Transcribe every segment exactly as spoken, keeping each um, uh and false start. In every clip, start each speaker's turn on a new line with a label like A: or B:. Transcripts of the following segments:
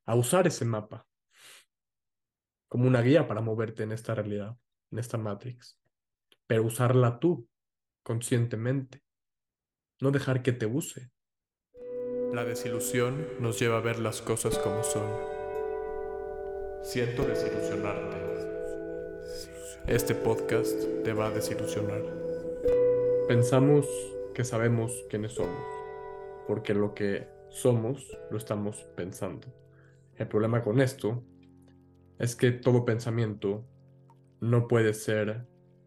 A: a usar ese mapa como una guía para moverte en esta realidad, en esta Matrix, pero usarla tú conscientemente, no dejar que te use. La desilusión nos lleva a ver las cosas como son. Siento desilusionarte. Este podcast te va a desilusionar. Pensamos que sabemos quiénes somos, porque lo que somos lo estamos pensando. El problema con esto es que todo pensamiento no puede ser,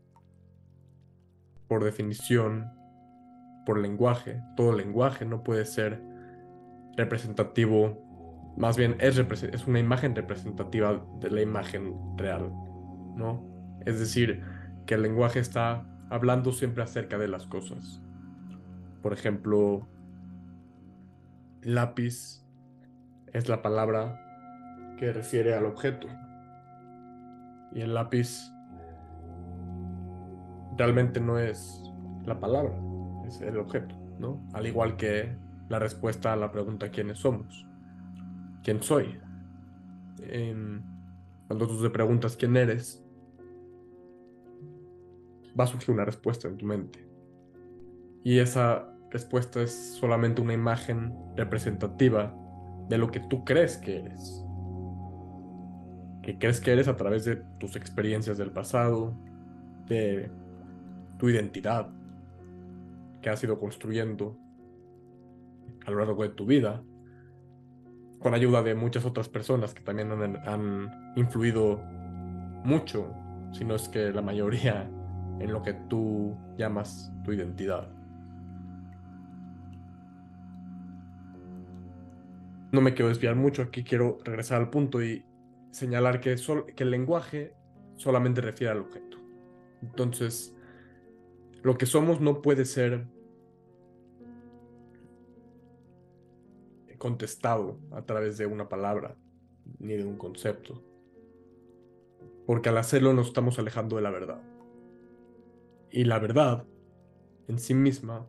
A: por definición, por lenguaje. Todo lenguaje no puede ser representativo, más bien es, represe- es una imagen representativa de la imagen real, ¿no? Es decir, que el lenguaje está hablando siempre acerca de las cosas. Por ejemplo, lápiz es la palabra que refiere al objeto. Y el lápiz realmente no es la palabra, es el objeto, ¿no? Al igual que la respuesta a la pregunta ¿quiénes somos? ¿Quién soy? Em, Cuando tú te preguntas quién eres, va a surgir una respuesta en tu mente. Y esa respuesta es solamente una imagen representativa de lo que tú crees que eres. Que crees que eres a través de tus experiencias del pasado, de tu identidad que has ido construyendo a lo largo de tu vida, con ayuda de muchas otras personas que también han, han influido mucho, si no es que la mayoría, en lo que tú llamas tu identidad. No me quiero desviar mucho, aquí quiero regresar al punto y señalar que, sol- que el lenguaje solamente refiere al objeto. Entonces, lo que somos no puede ser contestado a través de una palabra ni de un concepto, porque al hacerlo nos estamos alejando de la verdad. Y la verdad en sí misma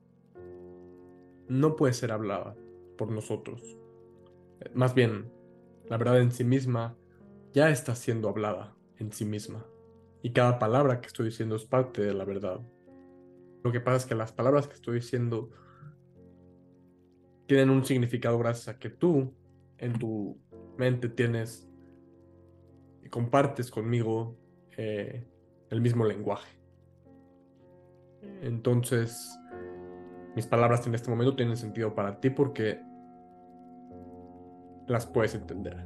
A: no puede ser hablada por nosotros. Más bien, la verdad en sí misma ya está siendo hablada en sí misma. Y cada palabra que estoy diciendo es parte de la verdad. Lo que pasa es que las palabras que estoy diciendo tienen un significado gracias a que tú en tu mente tienes y compartes conmigo eh, el mismo lenguaje. Entonces, mis palabras en este momento tienen sentido para ti porque las puedes entender.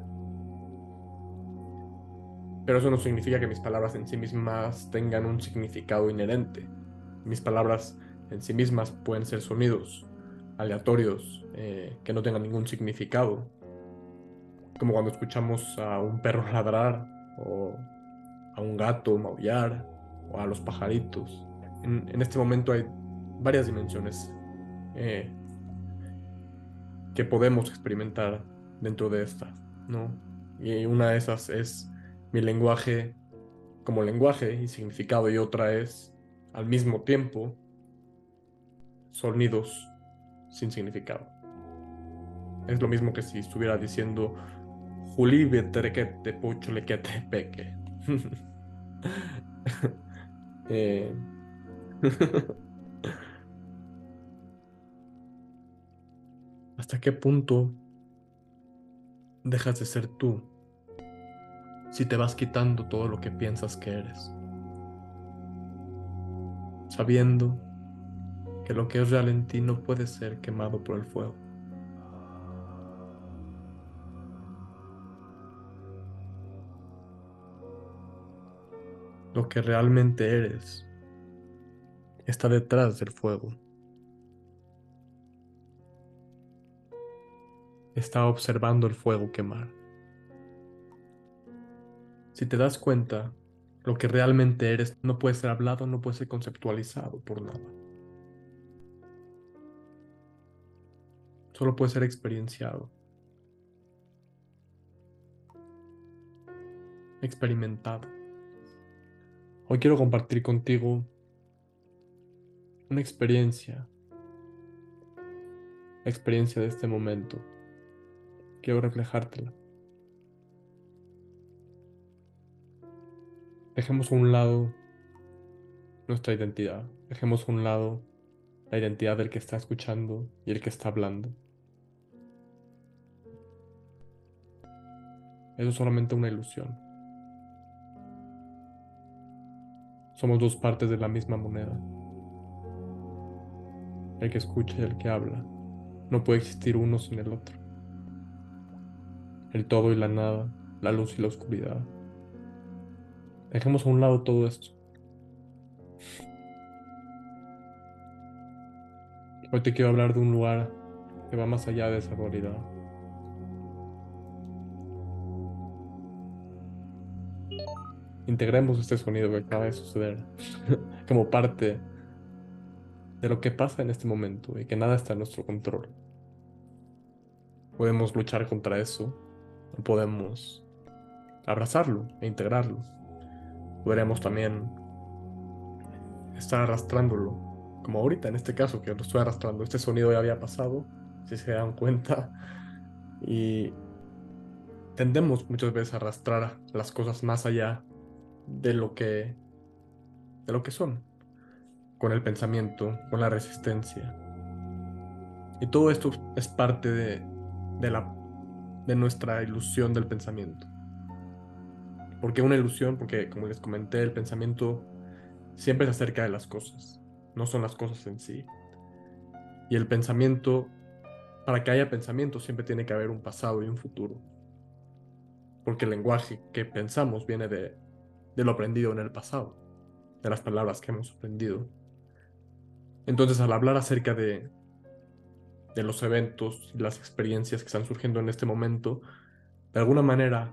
A: Pero eso no significa que mis palabras en sí mismas tengan un significado inherente. Mis palabras en sí mismas pueden ser sonidos aleatorios eh, que no tengan ningún significado, como cuando escuchamos a un perro ladrar o a un gato maullar o a los pajaritos. En, en este momento hay varias dimensiones eh, que podemos experimentar dentro de esta, ¿no? Y una de esas es mi lenguaje como lenguaje y significado, y otra es al mismo tiempo sonidos sin significado. Es lo mismo que si estuviera diciendo Juli Betrequete Puchulequete Peque. Eh, ¿Hasta qué punto dejas de ser tú si te vas quitando todo lo que piensas que eres? Sabiendo que lo que es real en ti no puede ser quemado por el fuego. Lo que realmente eres está detrás del fuego. Está observando el fuego quemar. Si te das cuenta, lo que realmente eres no puede ser hablado, no puede ser conceptualizado por nada. Solo puede ser experienciado, experimentado. Hoy quiero compartir contigo una experiencia, la experiencia de este momento. quiero reflejártela. Dejemos a un lado nuestra identidad. Dejemos a un lado la identidad del que está escuchando y el que está hablando. Eso es solamente una ilusión. Somos dos partes de la misma moneda. El que escucha y el que habla. No puede existir uno sin el otro. El todo y la nada, la luz y la oscuridad. Dejemos a un lado todo esto. Hoy te quiero hablar de un lugar que va más allá de esa dualidad. Integremos este sonido que acaba de suceder como parte de lo que pasa en este momento y que nada está en nuestro control. Podemos luchar contra eso, o podemos abrazarlo e integrarlo. Podríamos también estar arrastrándolo, como ahorita en este caso que lo estoy arrastrando. Este sonido ya había pasado, si se dan cuenta, y tendemos muchas veces a arrastrar las cosas más allá de lo que, de lo que son, con el pensamiento, con la resistencia. Y todo esto es parte de, de la, de nuestra ilusión del pensamiento. ¿Por qué una ilusión? Porque, como les comenté, el pensamiento siempre es acerca de las cosas, no son las cosas en sí. Y el pensamiento, para que haya pensamiento, siempre tiene que haber un pasado y un futuro. Porque el lenguaje que pensamos viene de, de lo aprendido en el pasado, de las palabras que hemos aprendido. Entonces, al hablar acerca de, de los eventos y las experiencias que están surgiendo en este momento, de alguna manera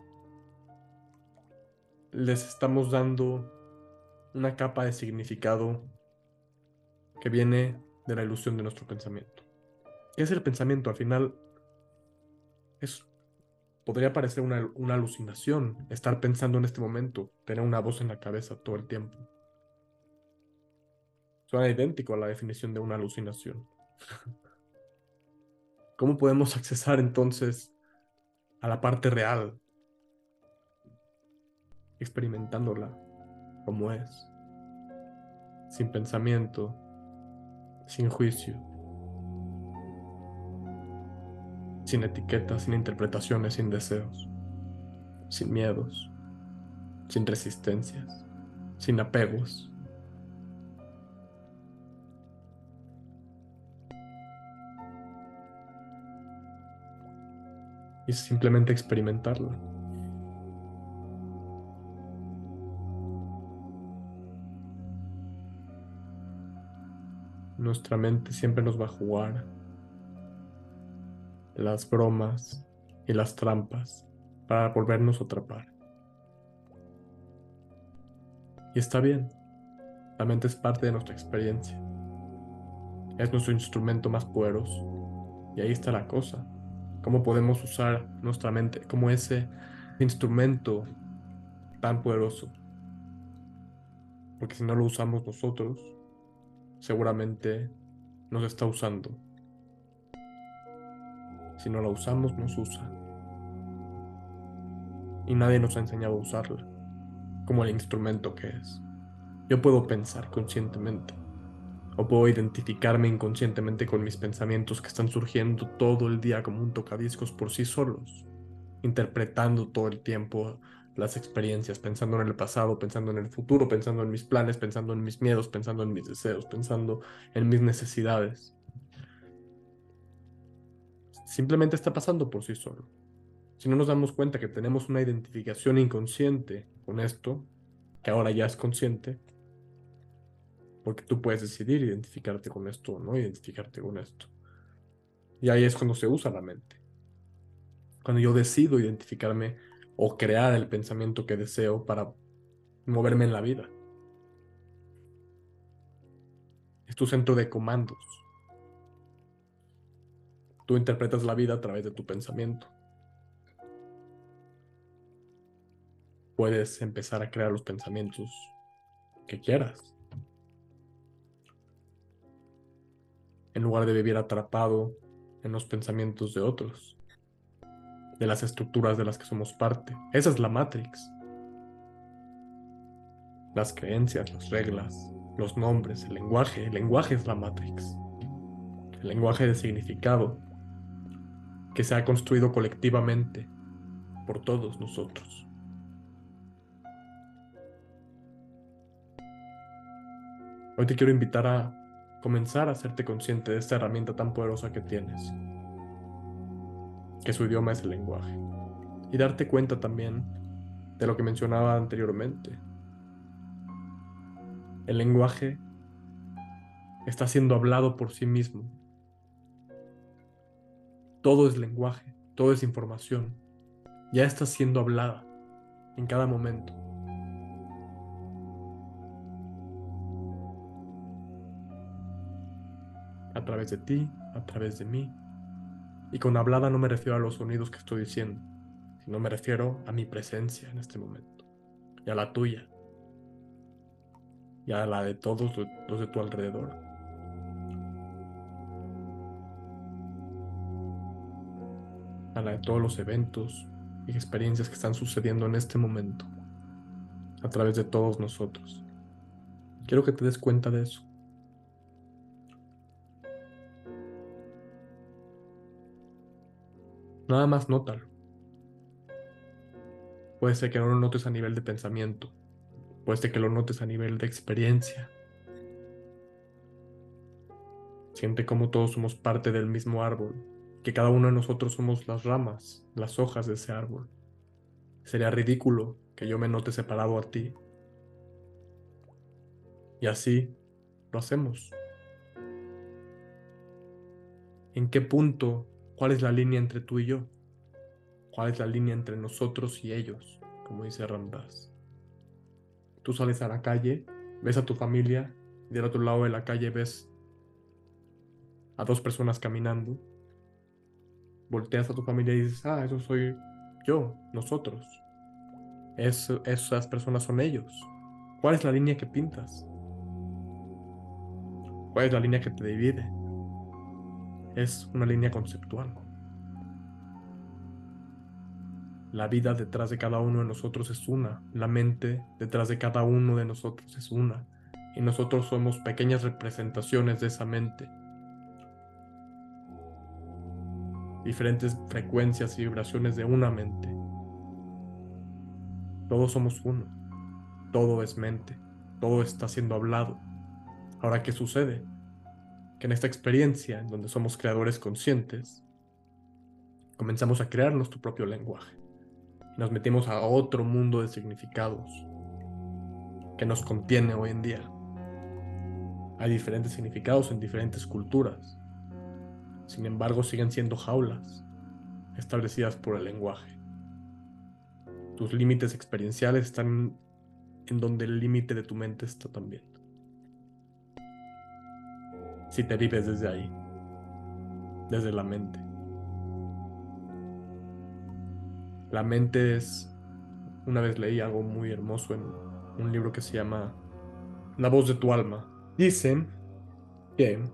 A: les estamos dando una capa de significado que viene de la ilusión de nuestro pensamiento. ¿Qué es el pensamiento? Al final, es, podría parecer una, una alucinación estar pensando en este momento, tener una voz en la cabeza todo el tiempo. Suena idéntico a la definición de una alucinación. ¿Cómo podemos accesar entonces a la parte real, experimentándola como es, sin pensamiento, sin juicio, sin etiquetas, sin interpretaciones, sin deseos, sin miedos, sin resistencias, sin apegos? Y simplemente experimentarla. Nuestra mente siempre nos va a jugar las bromas y las trampas para volvernos a atrapar. Y está bien, la mente es parte de nuestra experiencia, es nuestro instrumento más poderoso. Y ahí está la cosa, cómo podemos usar nuestra mente como ese instrumento tan poderoso. Porque si no lo usamos nosotros, seguramente nos está usando. Si no la usamos, nos usa. Y nadie nos ha enseñado a usarla como el instrumento que es. Yo puedo pensar conscientemente o puedo identificarme inconscientemente con mis pensamientos que están surgiendo todo el día como un tocadiscos por sí solos, interpretando todo el tiempo las experiencias, pensando en el pasado, pensando en el futuro, pensando en mis planes, pensando en mis miedos, pensando en mis deseos, pensando en mis necesidades. Simplemente está pasando por sí solo. Si no nos damos cuenta que tenemos una identificación inconsciente con esto, que ahora ya es consciente, porque tú puedes decidir identificarte con esto o no identificarte con esto. Y ahí es cuando se usa la mente. Cuando yo decido identificarme o crear el pensamiento que deseo para moverme en la vida. Es tu centro de comandos. Tú interpretas la vida a través de tu pensamiento. Puedes empezar a crear los pensamientos que quieras, en lugar de vivir atrapado en los pensamientos de otros. de las estructuras de las que somos parte. Esa es la Matrix. Las creencias, las reglas, los nombres, el lenguaje. El lenguaje es la Matrix. El lenguaje de significado que se ha construido colectivamente por todos nosotros. Hoy te quiero invitar a comenzar a hacerte consciente de esta herramienta tan poderosa que tienes, que su idioma es el lenguaje, y darte cuenta también de lo que mencionaba anteriormente. El lenguaje está siendo hablado por sí mismo. Todo es lenguaje, todo es información. Ya está siendo hablada en cada momento. A través de ti, a través de mí. Y con hablada no me refiero a los sonidos que estoy diciendo, sino me refiero a mi presencia en este momento. Y a la tuya. Y a la de todos los de tu alrededor. A la de todos los eventos y experiencias que están sucediendo en este momento. A través de todos nosotros. Quiero que te des cuenta de eso. Nada más nótalo. Puede ser que no lo notes a nivel de pensamiento. Puede ser que lo notes a nivel de experiencia. Siente cómo todos somos parte del mismo árbol, que cada uno de nosotros somos las ramas, las hojas de ese árbol. Sería ridículo que yo me note separado a ti. Y así lo hacemos. ¿En qué punto? ¿Cuál es la línea entre tú y yo? ¿Cuál es la línea entre nosotros y ellos? Como dice Ram Dass. Tú sales a la calle, ves a tu familia, y del otro lado de la calle ves a dos personas caminando. Volteas a tu familia y dices, ah, eso soy yo, nosotros. Es, esas personas son ellos. ¿Cuál es la línea que pintas? ¿Cuál es la línea que te divide? Es una línea conceptual. La vida detrás de cada uno de nosotros es una. La mente detrás de cada uno de nosotros es una. Y nosotros somos pequeñas representaciones de esa mente. Diferentes frecuencias y vibraciones de una mente. Todos somos uno. Todo es mente. Todo está siendo hablado. Ahora, ¿qué sucede? Que en esta experiencia, en donde somos creadores conscientes, comenzamos a crear nuestro propio lenguaje. Y nos metimos a otro mundo de significados que nos contiene hoy en día. Hay diferentes significados en diferentes culturas. Sin embargo, siguen siendo jaulas establecidas por el lenguaje. Tus límites experienciales están en donde el límite de tu mente está también. Si te vives desde ahí, desde la mente. La mente es... Una vez leí algo muy hermoso en un libro que se llama La voz de tu alma. Dicen que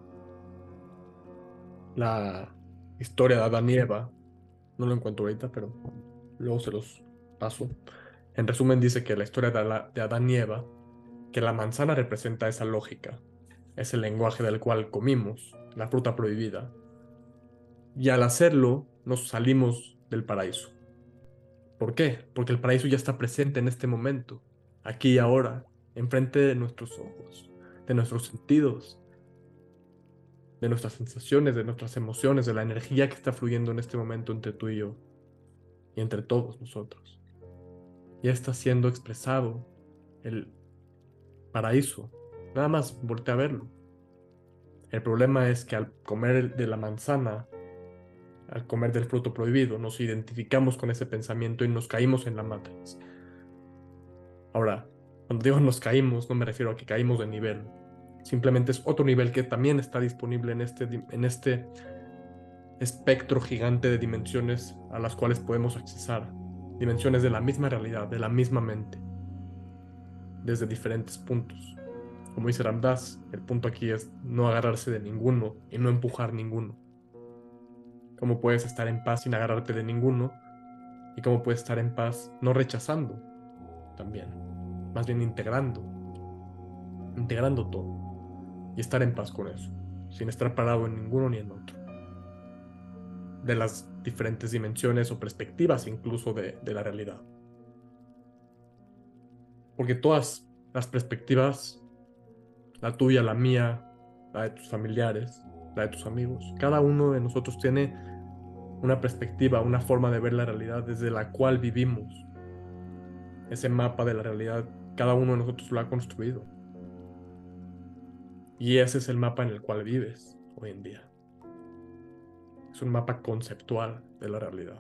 A: la historia de Adán y Eva, no lo encuentro ahorita, pero luego se los paso. En resumen, dice que la historia de, la- de Adán y Eva, que la manzana representa esa lógica, es el lenguaje del cual comimos, la fruta prohibida, y al hacerlo nos salimos del paraíso. ¿Por qué? Porque el paraíso ya está presente en este momento, aquí y ahora, enfrente de nuestros ojos, de nuestros sentidos, de nuestras sensaciones, de nuestras emociones, de la energía que está fluyendo en este momento entre tú y yo, y entre todos nosotros. Ya está siendo expresado el paraíso. Nada más voltea a verlo. El problema es que al comer de la manzana, al comer del fruto prohibido, nos identificamos con ese pensamiento y nos caímos en la Matrix. Ahora, cuando digo nos caímos, no me refiero a que caímos de nivel. Simplemente es otro nivel que también está disponible en este, en este espectro gigante de dimensiones a las cuales podemos accesar. Dimensiones de la misma realidad, de la misma mente, desde diferentes puntos. Como dice Ram Dass, el punto aquí es no agarrarse de ninguno y no empujar ninguno. ¿Cómo puedes estar en paz sin agarrarte de ninguno Y cómo puedes estar en paz no rechazando también, más bien integrando, integrando todo y estar en paz con eso, sin estar parado en ninguno ni en otro, de las diferentes dimensiones o perspectivas incluso de, de la realidad. Porque todas las perspectivas, la tuya, la mía, la de tus familiares, la de tus amigos, cada uno de nosotros tiene una perspectiva, una forma de ver la realidad desde la cual vivimos. Ese mapa de la realidad, cada uno de nosotros lo ha construido. Y ese es el mapa en el cual vives hoy en día. Es un mapa conceptual de la realidad.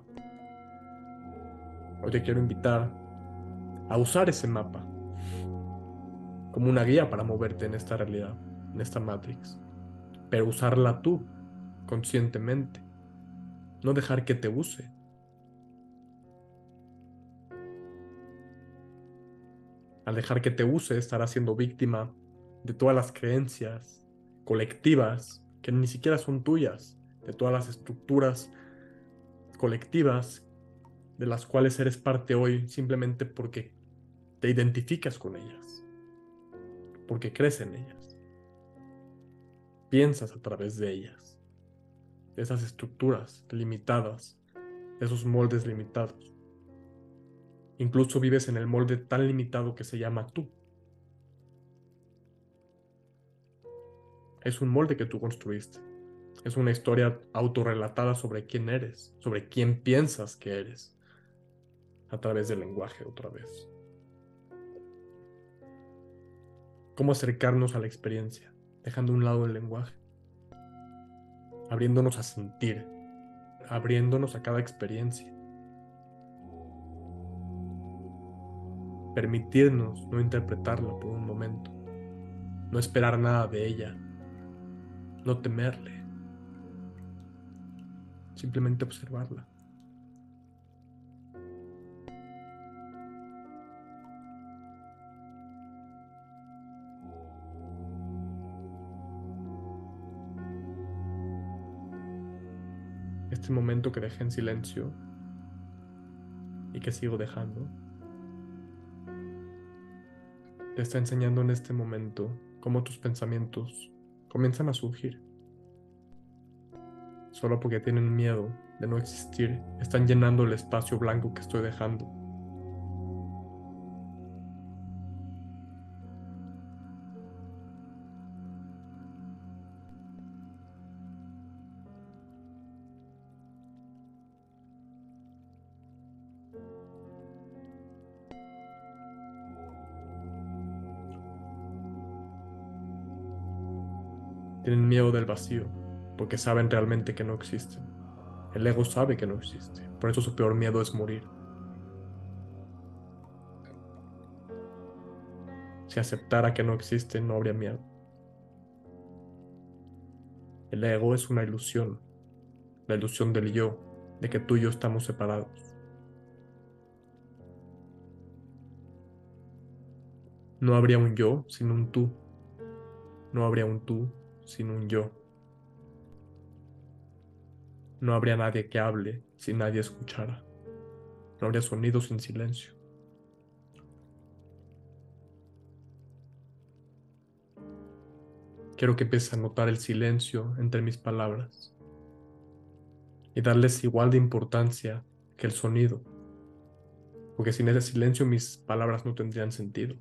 A: Hoy te quiero invitar a usar ese mapa como una guía para moverte en esta realidad, en esta Matrix. Pero usarla tú, conscientemente. No dejar que te use. Al dejar que te use, estarás siendo víctima de todas las creencias colectivas que ni siquiera son tuyas, de todas las estructuras colectivas de las cuales eres parte hoy simplemente porque te identificas con ellas, porque crees en ellas, piensas a través de ellas, de esas estructuras limitadas, esos moldes limitados. Incluso vives en el molde tan limitado que se llama tú. Es un molde que tú construiste. Es una historia autorrelatada sobre quién eres, sobre quién piensas que eres, a través del lenguaje otra vez. Cómo acercarnos a la experiencia, dejando a un lado el lenguaje, abriéndonos a sentir, abriéndonos a cada experiencia. Permitirnos no interpretarla por un momento, no esperar nada de ella, no temerle, simplemente observarla. Este momento que dejé en silencio y que sigo dejando, te está enseñando en este momento cómo tus pensamientos comienzan a surgir. Solo porque tienen miedo de no existir, están llenando el espacio blanco que estoy dejando. Tienen miedo del vacío, porque saben realmente que no existen. El ego sabe que no existe, por eso su peor miedo es morir. Si aceptara que no existe, no habría miedo. El ego es una ilusión, la ilusión del yo, de que tú y yo estamos separados. No habría un yo sin un tú. No habría un tú sin un yo. No habría nadie que hable si nadie escuchara. No habría sonido sin silencio. Quiero que empieces a notar el silencio entre mis palabras y darles igual de importancia que el sonido, porque sin ese silencio mis palabras no tendrían sentido.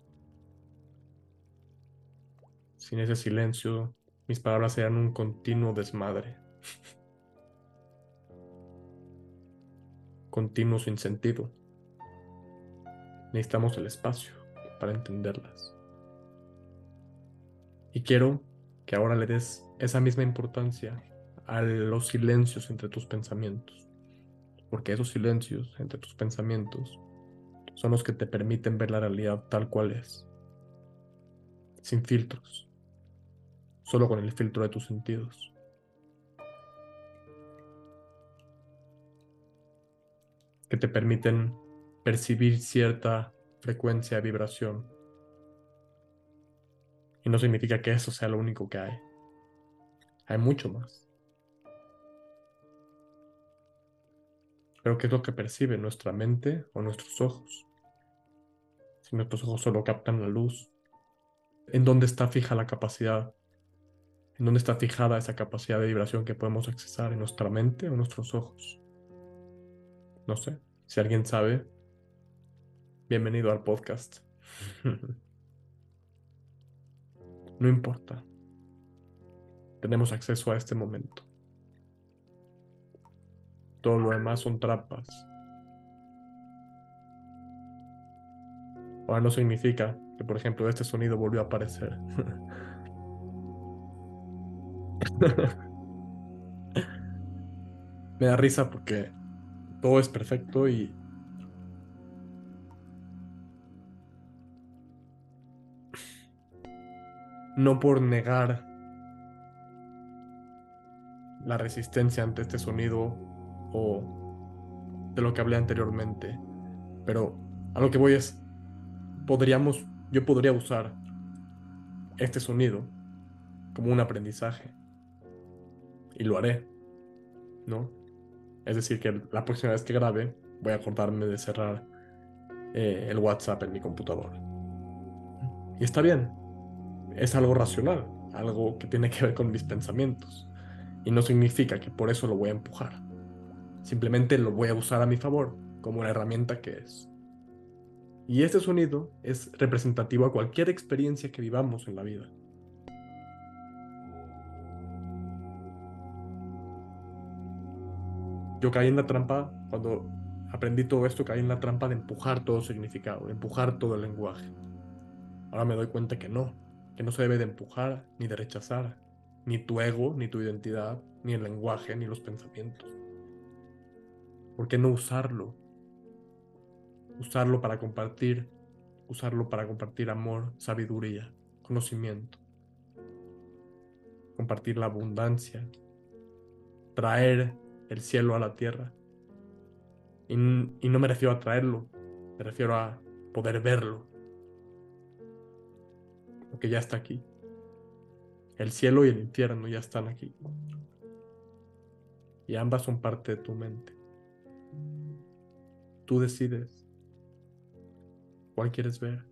A: Sin ese silencio mis palabras serían un continuo desmadre, continuo sin sentido. Necesitamos el espacio para entenderlas. Y quiero que ahora le des esa misma importancia a los silencios entre tus pensamientos, porque esos silencios entre tus pensamientos son los que te permiten ver la realidad tal cual es, sin filtros, solo con el filtro de tus sentidos, que te permiten percibir cierta frecuencia de vibración. Y no significa que eso sea lo único que hay. Hay mucho más. Pero ¿qué es lo que percibe nuestra mente o nuestros ojos? Si nuestros ojos solo captan la luz, ¿en dónde está fija la capacidad? ¿En dónde está fijada esa capacidad de vibración que podemos accesar? ¿En nuestra mente o nuestros ojos? No sé. Si alguien sabe, bienvenido al podcast. No importa. Tenemos acceso a este momento. Todo lo demás son trampas. Ahora no significa que, por ejemplo, este sonido volvió a aparecer. Me da risa porque todo es perfecto y no por negar la resistencia ante este sonido o de lo que hablé anteriormente, pero a lo que voy es, podríamos, yo podría usar este sonido como un aprendizaje y lo haré, ¿no? Es decir, que la próxima vez que grabe voy a acordarme de cerrar eh, el WhatsApp en mi computadora. Y está bien, es algo racional, algo que tiene que ver con mis pensamientos. Y no significa que por eso lo voy a empujar. Simplemente lo voy a usar a mi favor, como la herramienta que es. Y este sonido es representativo a cualquier experiencia que vivamos en la vida. Yo caí en la trampa, cuando aprendí todo esto, caí en la trampa de empujar todo significado, de empujar todo el lenguaje. Ahora me doy cuenta que no, que no se debe de empujar ni de rechazar, ni tu ego, ni tu identidad, ni el lenguaje, ni los pensamientos. ¿Por qué no usarlo? Usarlo para compartir, usarlo para compartir amor, sabiduría, conocimiento, compartir la abundancia, traer el cielo a la tierra. Y, y no me refiero a traerlo, me refiero a poder verlo, porque ya está aquí. El cielo y el infierno ya están aquí. Y ambas son parte de tu mente. Tú decides cuál quieres ver.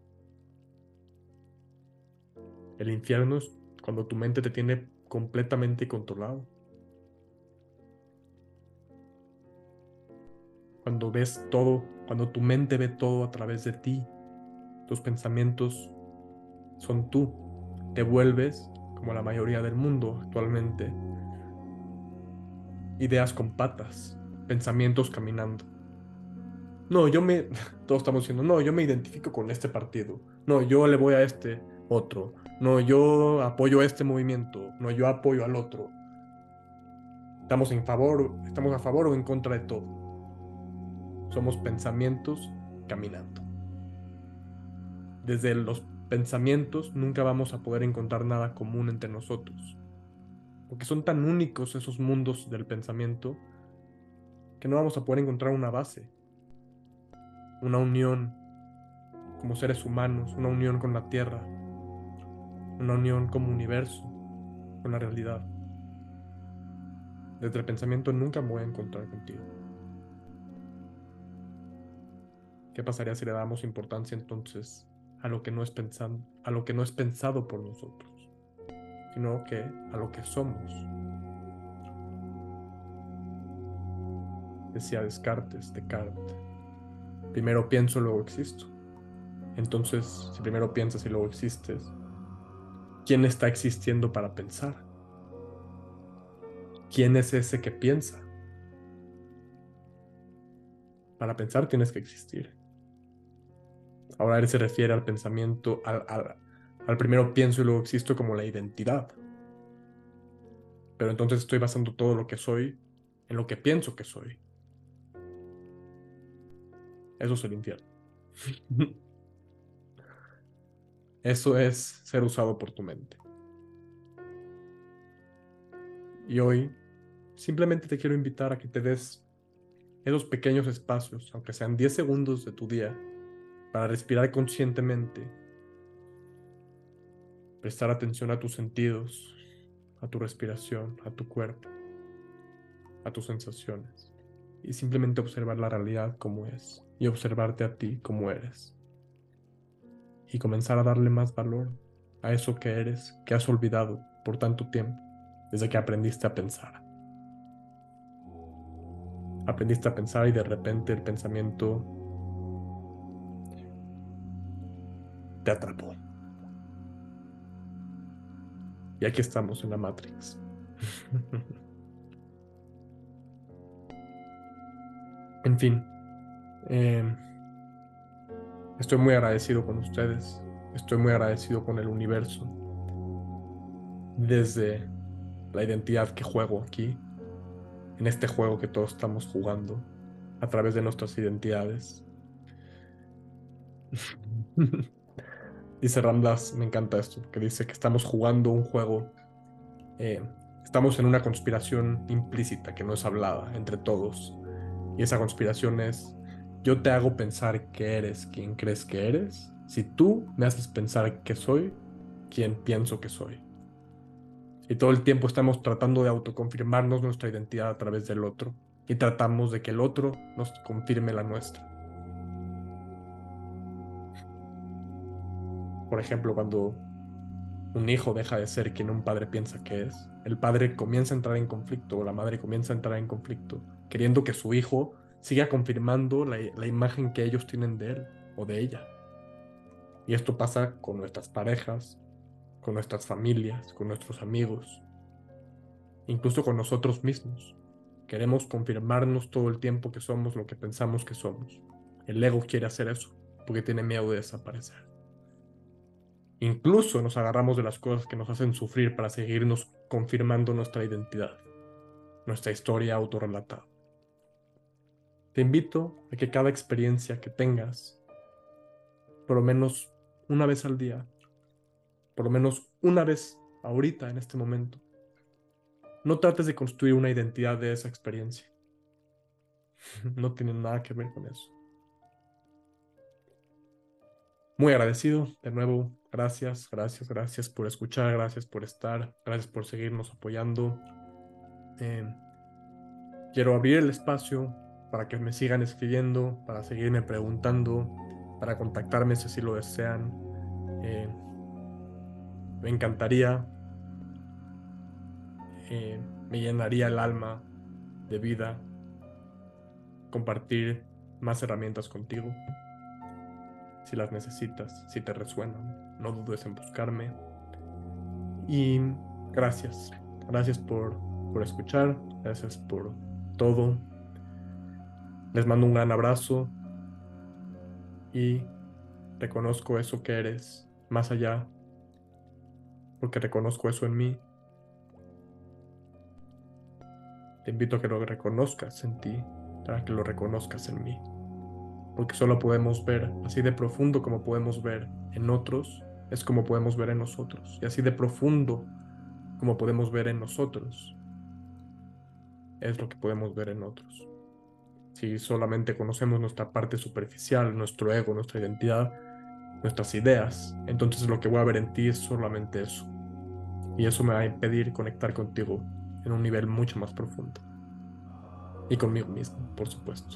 A: El infierno es cuando tu mente te tiene completamente controlado. Cuando ves todo, cuando tu mente ve todo a través de ti. Tus pensamientos son tú. Te vuelves, como la mayoría del mundo actualmente, ideas con patas, pensamientos caminando. No, yo me, todos estamos diciendo, no, yo me identifico con este partido. No, yo le voy a este otro. No, yo apoyo a este movimiento. No, yo apoyo al otro. Estamos en favor, estamos a favor o en contra de todo. Somos pensamientos caminando. Desde los pensamientos nunca vamos a poder encontrar nada común entre nosotros, porque son tan únicos esos mundos del pensamiento que no vamos a poder encontrar una base, una unión como seres humanos, una unión con la tierra, una unión como universo, con la realidad. Desde el pensamiento nunca me voy a encontrar contigo. ¿Qué pasaría si le damos importancia entonces a lo que no es pensan- a lo que no es pensado por nosotros, sino que a lo que somos? Decía Descartes, Descartes. Primero pienso, luego existo. Entonces, si primero piensas y luego existes, ¿quién está existiendo para pensar? ¿Quién es ese que piensa? Para pensar tienes que existir. Ahora él se refiere al pensamiento, al, al, al primero pienso y luego existo como la identidad. Pero entonces estoy basando todo lo que soy en lo que pienso que soy. Eso es el infierno. Eso es ser usado por tu mente. Y hoy simplemente te quiero invitar a que te des esos pequeños espacios, aunque sean diez segundos de tu día, para respirar conscientemente, prestar atención a tus sentidos, a tu respiración, a tu cuerpo, a tus sensaciones. y simplemente observar la realidad como es y observarte a ti como eres y comenzar a darle más valor a eso que eres, que has olvidado por tanto tiempo, desde que aprendiste a pensar. Aprendiste a pensar y de repente el pensamiento te atrapó. Y aquí estamos en la Matrix. En fin, eh, estoy muy agradecido con ustedes. Estoy muy agradecido con el universo. Desde la identidad que juego aquí, en este juego que todos estamos jugando, a través de nuestras identidades. Dice Ramdas, me encanta esto, que dice que estamos jugando un juego, eh, estamos en una conspiración implícita que no es hablada entre todos. Y esa conspiración es, yo te hago pensar que eres quien crees que eres, si tú me haces pensar que soy quien pienso que soy. Y todo el tiempo estamos tratando de autoconfirmarnos nuestra identidad a través del otro. Y tratamos de que el otro nos confirme la nuestra. Por ejemplo, cuando un hijo deja de ser quien un padre piensa que es, el padre comienza a entrar en conflicto o la madre comienza a entrar en conflicto, queriendo que su hijo siga confirmando la, la imagen que ellos tienen de él o de ella. Y esto pasa con nuestras parejas, con nuestras familias, con nuestros amigos, incluso con nosotros mismos. Queremos confirmarnos todo el tiempo que somos lo que pensamos que somos. El ego quiere hacer eso porque tiene miedo de desaparecer. Incluso nos agarramos de las cosas que nos hacen sufrir para seguirnos confirmando nuestra identidad, nuestra historia autorrelatada. Te invito a que cada experiencia que tengas, por lo menos una vez al día, por lo menos una vez ahorita en este momento, no trates de construir una identidad de esa experiencia. No tiene nada que ver con eso. Muy agradecido, de nuevo, gracias, gracias, gracias por escuchar, gracias por estar, gracias por seguirnos apoyando. Eh, quiero abrir el espacio para que me sigan escribiendo, para seguirme preguntando, para contactarme si así lo desean. Eh, me encantaría, eh, me llenaría el alma de vida compartir más herramientas contigo. Si las necesitas, si te resuenan, no dudes en buscarme. Y gracias, gracias por, por escuchar, gracias por todo. Les mando un gran abrazo y reconozco eso que eres más allá, porque reconozco eso en mí. Te invito a que lo reconozcas en ti, para que lo reconozcas en mí, porque solo podemos ver así de profundo como podemos ver en otros, es como podemos ver en nosotros, y así de profundo como podemos ver en nosotros, es lo que podemos ver en otros. Si solamente conocemos nuestra parte superficial, nuestro ego, nuestra identidad, nuestras ideas, entonces lo que voy a ver en ti es solamente eso. Y eso me va a impedir conectar contigo en un nivel mucho más profundo. Y conmigo mismo, por supuesto.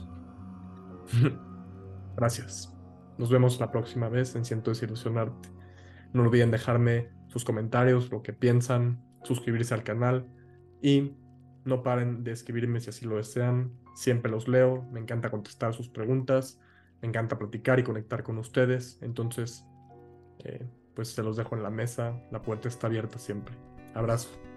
A: Gracias. Nos vemos la próxima vez en Siento Desilusionarte. No olviden dejarme sus comentarios, lo que piensan, suscribirse al canal y no paren de escribirme si así lo desean. Siempre los leo, me encanta contestar sus preguntas, me encanta platicar y conectar con ustedes. Entonces, eh, pues se los dejo en la mesa, la puerta está abierta siempre. Abrazo.